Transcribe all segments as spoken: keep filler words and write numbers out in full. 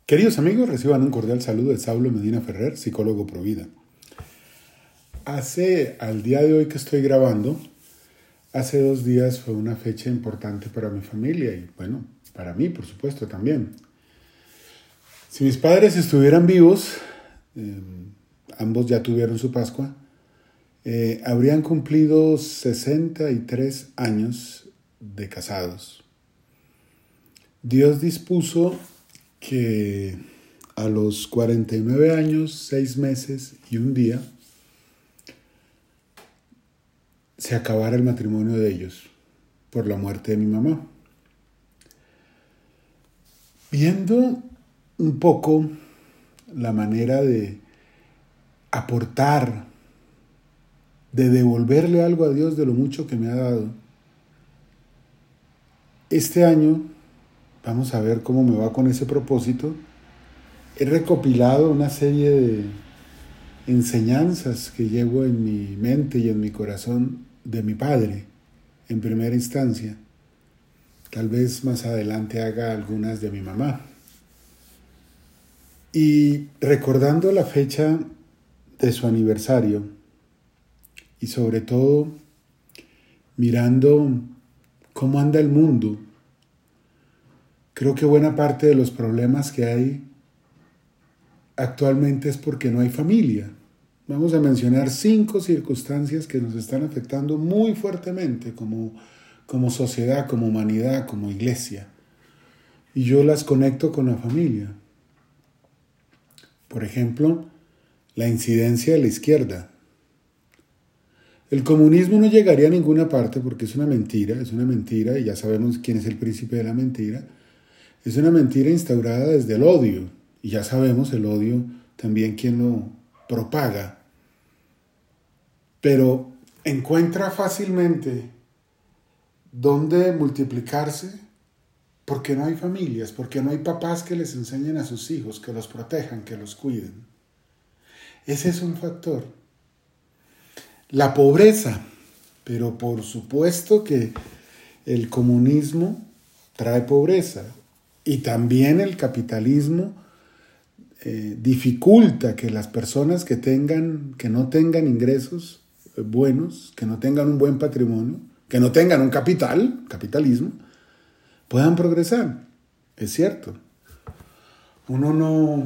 Queridos amigos, reciban un cordial saludo de Saulo Medina Ferrer, psicólogo Provida. Hace, al día de hoy que estoy grabando, hace dos días fue una fecha importante para mi familia y, bueno, para mí, por supuesto, también. Si mis padres estuvieran vivos, eh, ambos ya tuvieron su Pascua, eh, habrían cumplido sesenta y tres años de casados. Dios dispuso que a los cuarenta y nueve años, seis meses y un día, se acabara el matrimonio de ellos por la muerte de mi mamá. Viendo un poco la manera de aportar, de devolverle algo a Dios de lo mucho que me ha dado, este año, vamos a ver cómo me va con ese propósito, he recopilado una serie de enseñanzas que llevo en mi mente y en mi corazón de mi padre, en primera instancia. Tal vez más adelante haga algunas de mi mamá. Y recordando la fecha de su aniversario y sobre todo mirando cómo anda el mundo, creo que buena parte de los problemas que hay actualmente es porque no hay familia. Vamos a mencionar cinco circunstancias que nos están afectando muy fuertemente como, como sociedad, como humanidad, como iglesia. Y yo las conecto con la familia. Por ejemplo, la incidencia de la izquierda. El comunismo no llegaría a ninguna parte porque es una mentira, es una mentira y ya sabemos quién es el príncipe de la mentira. Es una mentira instaurada desde el odio y ya sabemos el odio también quién lo propaga. Pero encuentra fácilmente dónde multiplicarse porque no hay familias, porque no hay papás que les enseñen a sus hijos, que los protejan, que los cuiden. Ese es un factor. La pobreza, pero por supuesto que el comunismo trae pobreza y también el capitalismo eh, dificulta que las personas que tengan, que no tengan ingresos buenos, que no tengan un buen patrimonio, que no tengan un capital, capitalismo, puedan progresar. Es cierto. Uno no...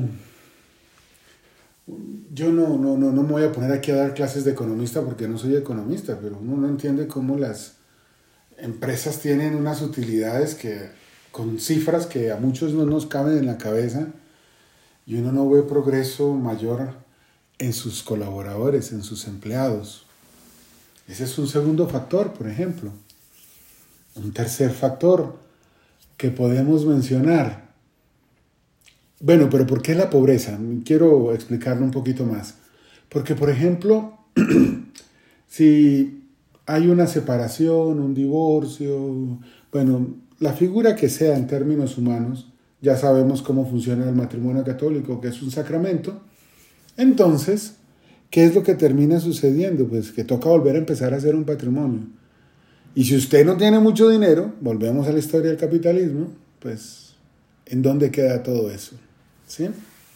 Yo no, no, no, no me voy a poner aquí a dar clases de economista porque no soy economista, pero uno no entiende cómo las empresas tienen unas utilidades que, con cifras que a muchos no nos caben en la cabeza y uno no ve progreso mayor en sus colaboradores, en sus empleados. Ese es un segundo factor, por ejemplo. Un tercer factor que podemos mencionar. Bueno, pero ¿por qué la pobreza? Quiero explicarlo un poquito más. Porque, por ejemplo, si hay una separación, un divorcio, bueno, la figura que sea en términos humanos, ya sabemos cómo funciona el matrimonio católico, que es un sacramento. Entonces, ¿qué es lo que termina sucediendo? Pues que toca volver a empezar a hacer un patrimonio. Y si usted no tiene mucho dinero, volvemos a la historia del capitalismo, pues, ¿en dónde queda todo eso? ¿Sí?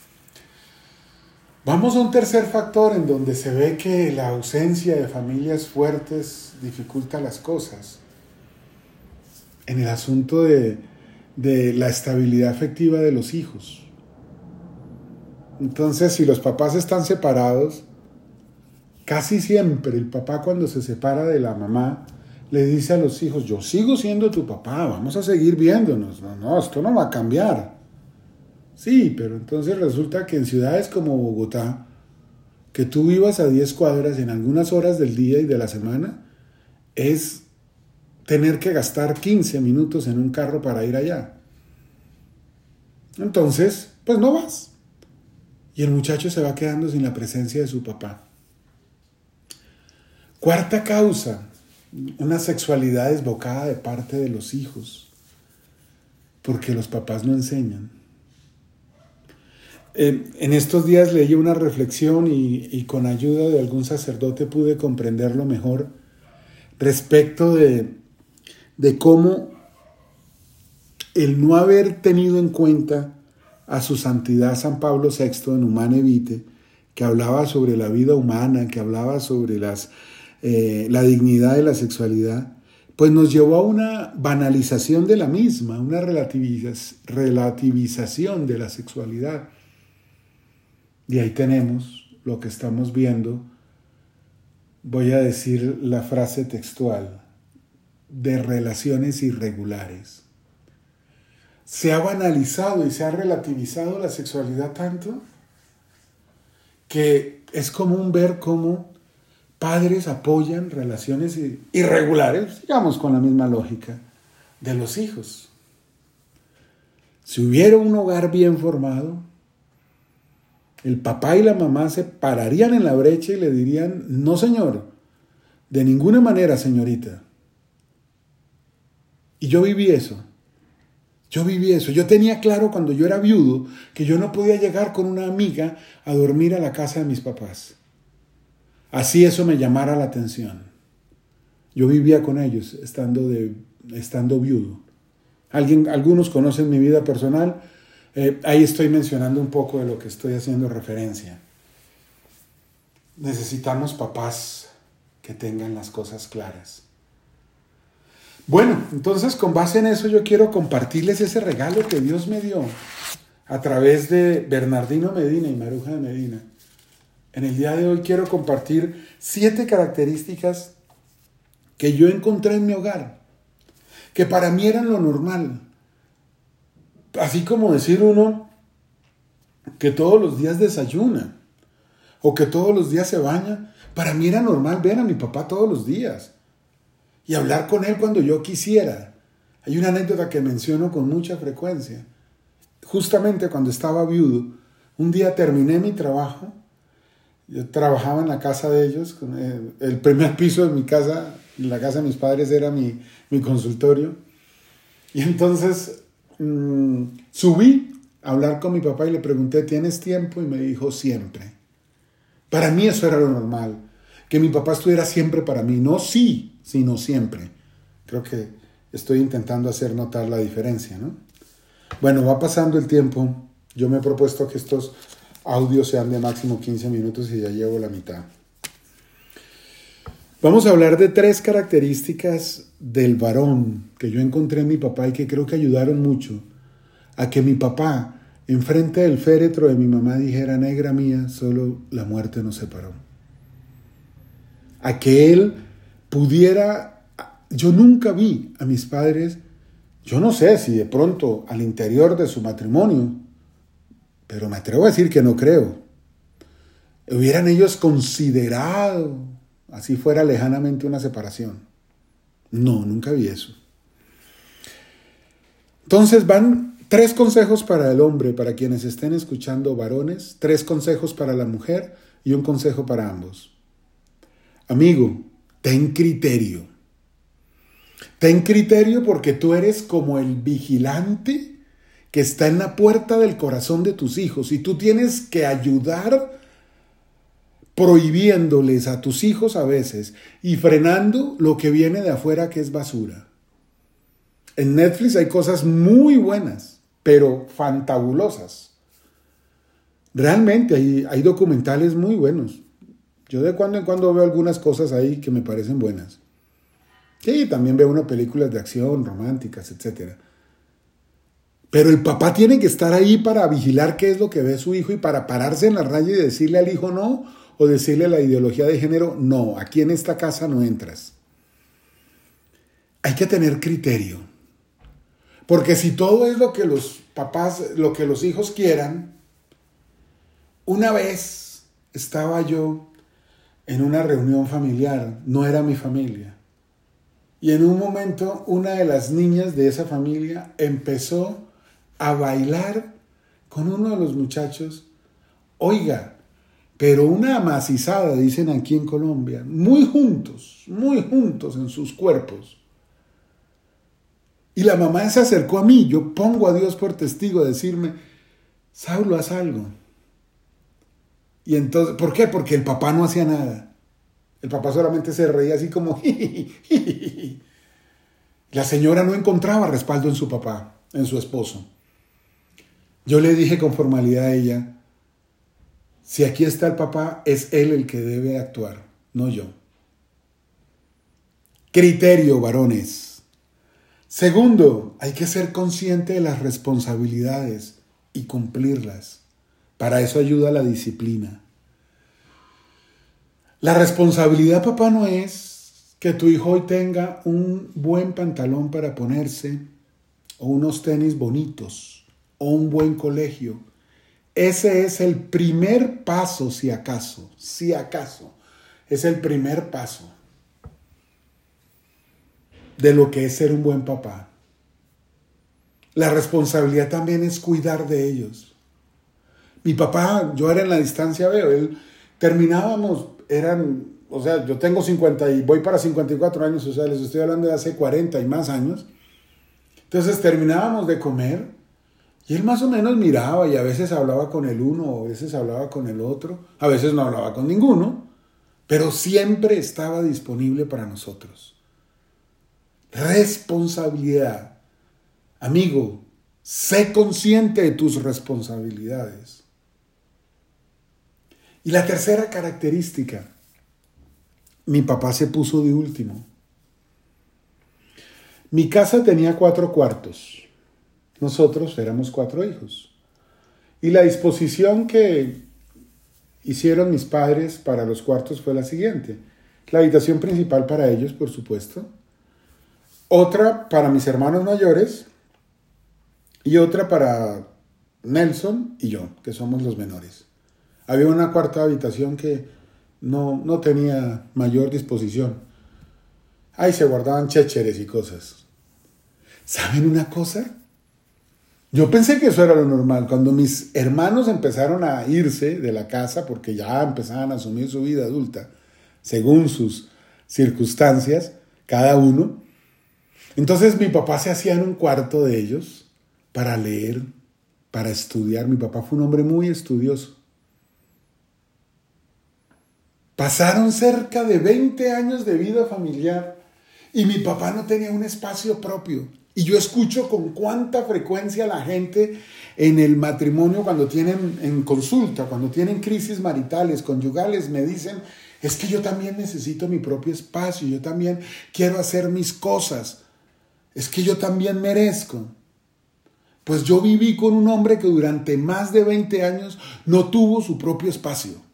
Vamos a un tercer factor en donde se ve que la ausencia de familias fuertes dificulta las cosas. En el asunto de, de la estabilidad afectiva de los hijos. Entonces, si los papás están separados, casi siempre el papá cuando se separa de la mamá le dice a los hijos, yo sigo siendo tu papá, vamos a seguir viéndonos. No, no, esto no va a cambiar. Sí, pero entonces resulta que en ciudades como Bogotá, que tú vivas a diez cuadras en algunas horas del día y de la semana, es tener que gastar quince minutos en un carro para ir allá. Entonces, pues no vas. Y el muchacho se va quedando sin la presencia de su papá. Cuarta causa, una sexualidad desbocada de parte de los hijos, porque los papás no enseñan. Eh, en estos días leí una reflexión y, y con ayuda de algún sacerdote pude comprenderlo mejor respecto de, de cómo el no haber tenido en cuenta a su santidad San Pablo sexto en Humane Vitae, que hablaba sobre la vida humana, que hablaba sobre las, eh, la dignidad de la sexualidad, pues nos llevó a una banalización de la misma, una relativiz- relativización de la sexualidad. Y ahí tenemos lo que estamos viendo. Voy a decir la frase textual, de relaciones irregulares. Se ha banalizado y se ha relativizado la sexualidad tanto que es común ver cómo padres apoyan relaciones irregulares, digamos con la misma lógica, de los hijos. Si hubiera un hogar bien formado, el papá y la mamá se pararían en la brecha y le dirían, no señor, de ninguna manera señorita. Y yo viví eso. Yo viví eso. Yo tenía claro cuando yo era viudo que yo no podía llegar con una amiga a dormir a la casa de mis papás. Así eso me llamara la atención. Yo vivía con ellos estando, de, estando viudo. ¿Alguien, algunos conocen mi vida personal. Eh, ahí estoy mencionando un poco de lo que estoy haciendo referencia. Necesitamos papás que tengan las cosas claras. Bueno, entonces con base en eso yo quiero compartirles ese regalo que Dios me dio a través de Bernardino Medina y Maruja de Medina. En el día de hoy quiero compartir siete características que yo encontré en mi hogar, que para mí eran lo normal. Así como decir uno que todos los días desayuna o que todos los días se baña, para mí era normal ver a mi papá todos los días y hablar con él cuando yo quisiera. Hay una anécdota que menciono con mucha frecuencia. Justamente cuando estaba viudo, un día terminé mi trabajo. Yo trabajaba en la casa de ellos. El primer piso de mi casa, la casa de mis padres, era mi, mi consultorio. Y entonces mmm, subí a hablar con mi papá y le pregunté, ¿tienes tiempo? Y me dijo, siempre. Para mí eso era lo normal. Que mi papá estuviera siempre para mí. No sí, sino siempre. Creo que estoy intentando hacer notar la diferencia, ¿no? Bueno, va pasando el tiempo. Yo me he propuesto que estos audios sean de máximo quince minutos y ya llevo la mitad. Vamos a hablar de tres características del varón que yo encontré en mi papá y que creo que ayudaron mucho a que mi papá, enfrente del féretro de mi mamá, dijera, negra mía, solo la muerte nos separó. A que él pudiera... Yo nunca vi a mis padres, yo no sé si de pronto al interior de su matrimonio, pero me atrevo a decir que no creo, hubieran ellos considerado, así fuera lejanamente, una separación. No, nunca vi eso. Entonces van tres consejos para el hombre, para quienes estén escuchando varones, tres consejos para la mujer y un consejo para ambos. Amigo, ten criterio. Ten criterio porque tú eres como el vigilante que está en la puerta del corazón de tus hijos y tú tienes que ayudar prohibiéndoles a tus hijos a veces y frenando lo que viene de afuera que es basura. En Netflix hay cosas muy buenas, pero fantabulosas. Realmente hay, hay documentales muy buenos. Yo de cuando en cuando veo algunas cosas ahí que me parecen buenas. Sí, también veo unas películas de acción, románticas, etcétera. Pero el papá tiene que estar ahí para vigilar qué es lo que ve su hijo y para pararse en la raya y decirle al hijo no, o decirle a la ideología de género, no, aquí en esta casa no entras. Hay que tener criterio. Porque si todo es lo que los papás, lo que los hijos quieran, una vez estaba yo en una reunión familiar, no era mi familia. Y en un momento una de las niñas de esa familia empezó a bailar con uno de los muchachos. Oiga, pero una amacizada, dicen aquí en Colombia, muy juntos, muy juntos en sus cuerpos. Y la mamá se acercó a mí, yo pongo a Dios por testigo, a decirme, Saulo, haz algo. Y entonces, ¿por qué? Porque el papá no hacía nada. El papá solamente se reía así como... La señora no encontraba respaldo en su papá, en su esposo. Yo le dije con formalidad a ella, si aquí está el papá, es él el que debe actuar, no yo. Criterio, varones. Segundo, hay que ser consciente de las responsabilidades y cumplirlas. Para eso ayuda la disciplina. La responsabilidad, papá, no es que tu hijo hoy tenga un buen pantalón para ponerse, o unos tenis bonitos, o un buen colegio. Ese es el primer paso, si acaso, si acaso, es el primer paso de lo que es ser un buen papá. La responsabilidad también es cuidar de ellos. Mi papá, yo era en la distancia, veo, él terminábamos, eran, o sea, yo tengo cincuenta y voy para cincuenta y cuatro años, o sea, les estoy hablando de hace cuarenta y más años. Entonces terminábamos de comer y él más o menos miraba y a veces hablaba con el uno, a veces hablaba con el otro, a veces no hablaba con ninguno, pero siempre estaba disponible para nosotros. Responsabilidad. Amigo, sé consciente de tus responsabilidades. Y la tercera característica, mi papá se puso de último. Mi casa tenía cuatro cuartos. Nosotros éramos cuatro hijos. Y la disposición que hicieron mis padres para los cuartos fue la siguiente. La habitación principal para ellos, por supuesto. Otra para mis hermanos mayores. Y otra para Nelson y yo, que somos los menores. Había una cuarta habitación que no, no tenía mayor disposición. Ahí se guardaban chécheres y cosas. ¿Saben una cosa? Yo pensé que eso era lo normal. Cuando mis hermanos empezaron a irse de la casa, porque ya empezaban a asumir su vida adulta, según sus circunstancias, cada uno, entonces mi papá se hacía en un cuarto de ellos para leer, para estudiar. Mi papá fue un hombre muy estudioso. Pasaron cerca de veinte años de vida familiar y mi papá no tenía un espacio propio. Y yo escucho con cuánta frecuencia la gente en el matrimonio, cuando tienen en consulta, cuando tienen crisis maritales, conyugales, me dicen, es que yo también necesito mi propio espacio, yo también quiero hacer mis cosas, es que yo también merezco. Pues yo viví con un hombre que durante más de veinte años no tuvo su propio espacio.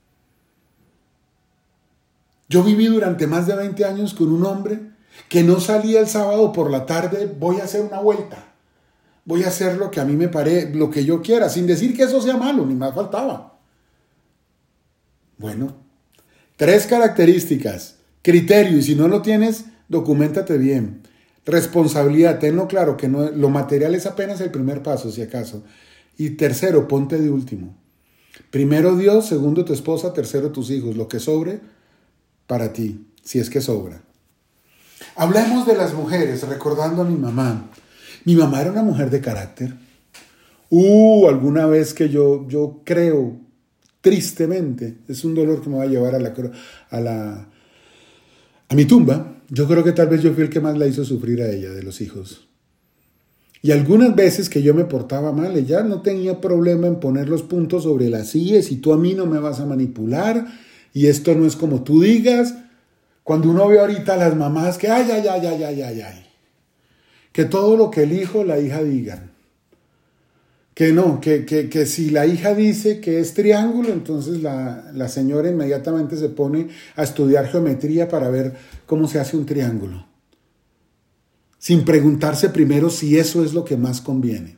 Yo viví durante más de veinte años con un hombre que no salía el sábado por la tarde, voy a hacer una vuelta, voy a hacer lo que a mí me parece, lo que yo quiera, sin decir que eso sea malo, ni más faltaba. Bueno, tres características, criterio, y si no lo tienes, documéntate bien. Responsabilidad, tenlo claro, que no, lo material es apenas el primer paso, si acaso. Y tercero, ponte de último. Primero Dios, segundo tu esposa, tercero tus hijos, lo que sobre para ti, si es que sobra. Hablemos de las mujeres, recordando a mi mamá. Mi mamá era una mujer de carácter. Uh, alguna vez que yo, yo creo, tristemente, es un dolor que me va a llevar a la, a la, a mi tumba. Yo creo que tal vez yo fui el que más la hizo sufrir a ella, de los hijos. Y algunas veces que yo me portaba mal, ella no tenía problema en poner los puntos sobre las íes y tú a mí no me vas a manipular y esto no es como tú digas. Cuando uno ve ahorita a las mamás que ay, ay, ay, ay, ay, ay, ay, que todo lo que el hijo o la hija digan, que no, que, que, que si la hija dice que es triángulo, entonces la, la señora inmediatamente se pone a estudiar geometría para ver cómo se hace un triángulo, sin preguntarse primero si eso es lo que más conviene.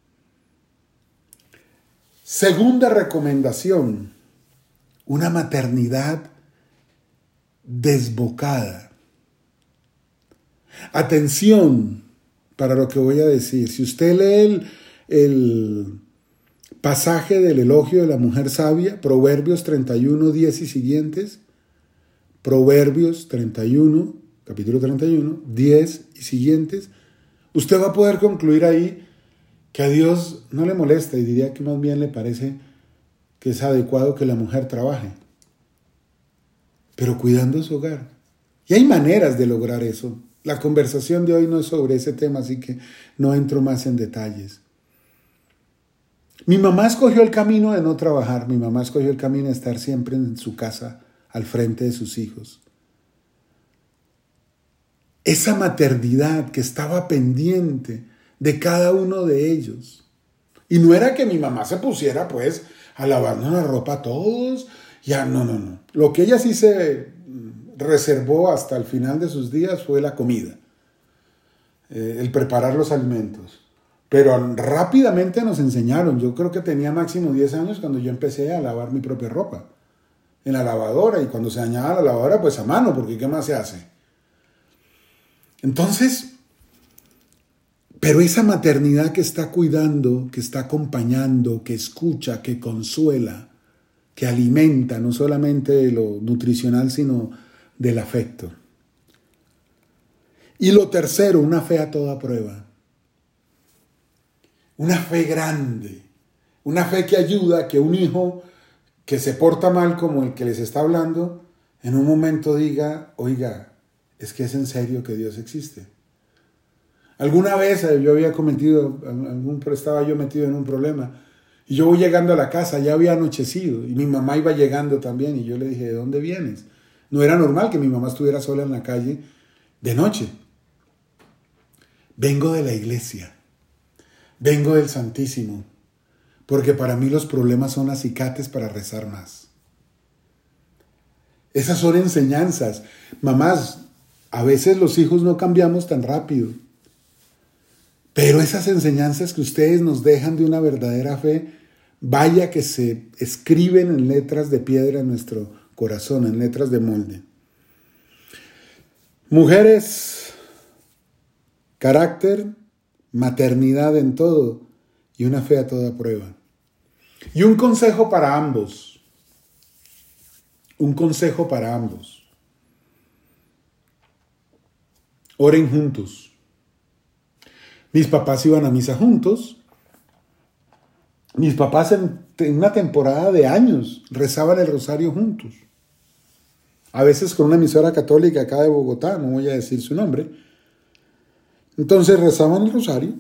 Segunda recomendación, una maternidad desbocada. Atención para lo que voy a decir. Si usted lee el, el pasaje del elogio de la mujer sabia, Proverbios treinta y uno, diez y siguientes, Proverbios treinta y uno, capítulo treinta y uno, diez y siguientes, usted va a poder concluir ahí que a Dios no le molesta y diría que más bien le parece que es adecuado que la mujer trabaje, pero cuidando su hogar. Y hay maneras de lograr eso. La conversación de hoy no es sobre ese tema, así que no entro más en detalles. Mi mamá escogió el camino de no trabajar, mi mamá escogió el camino de estar siempre en su casa, al frente de sus hijos. Esa maternidad que estaba pendiente de cada uno de ellos. Y no era que mi mamá se pusiera pues a lavarnos la ropa a todos, ya no, no, no. Lo que ella sí se reservó hasta el final de sus días fue la comida, eh, el preparar los alimentos. Pero rápidamente nos enseñaron. Yo creo que tenía máximo diez años cuando yo empecé a lavar mi propia ropa en la lavadora, y cuando se dañaba la lavadora pues a mano, porque ¿qué más se hace? Entonces, pero esa maternidad que está cuidando, que está acompañando, que escucha, que consuela, que alimenta no solamente de lo nutricional, sino del afecto. Y lo tercero, una fe a toda prueba. Una fe grande, una fe que ayuda a que un hijo que se porta mal como el que les está hablando, en un momento diga, oiga, es que es en serio que Dios existe. Alguna vez yo había cometido, algún, estaba yo metido en un problema, y yo voy llegando a la casa, ya había anochecido, y mi mamá iba llegando también, y yo le dije, ¿de dónde vienes? No era normal que mi mamá estuviera sola en la calle de noche. Vengo de la iglesia. Vengo del Santísimo, porque para mí los problemas son acicates para rezar más. Esas son enseñanzas. Mamás, a veces los hijos no cambiamos tan rápido, pero esas enseñanzas que ustedes nos dejan de una verdadera fe, vaya que se escriben en letras de piedra en nuestro corazón, en letras de molde. Mujeres, carácter, maternidad en todo y una fe a toda prueba. Y un consejo para ambos. Un consejo para ambos. Oren juntos. Mis papás iban a misa juntos. Mis papás en, en una temporada de años rezaban el rosario juntos. A veces con una emisora católica acá de Bogotá, no voy a decir su nombre. Entonces rezaban el rosario.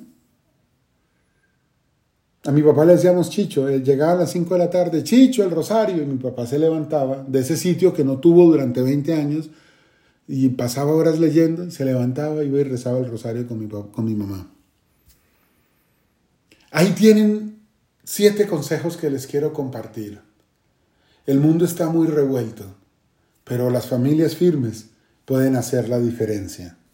A mi papá le decíamos Chicho, él llegaba a las cinco de la tarde, Chicho, el rosario, y mi papá se levantaba de ese sitio que no tuvo durante veinte años y pasaba horas leyendo, y se levantaba, iba y rezaba el rosario con mi, papá, con mi mamá. Ahí tienen siete consejos que les quiero compartir. El mundo está muy revuelto, pero las familias firmes pueden hacer la diferencia.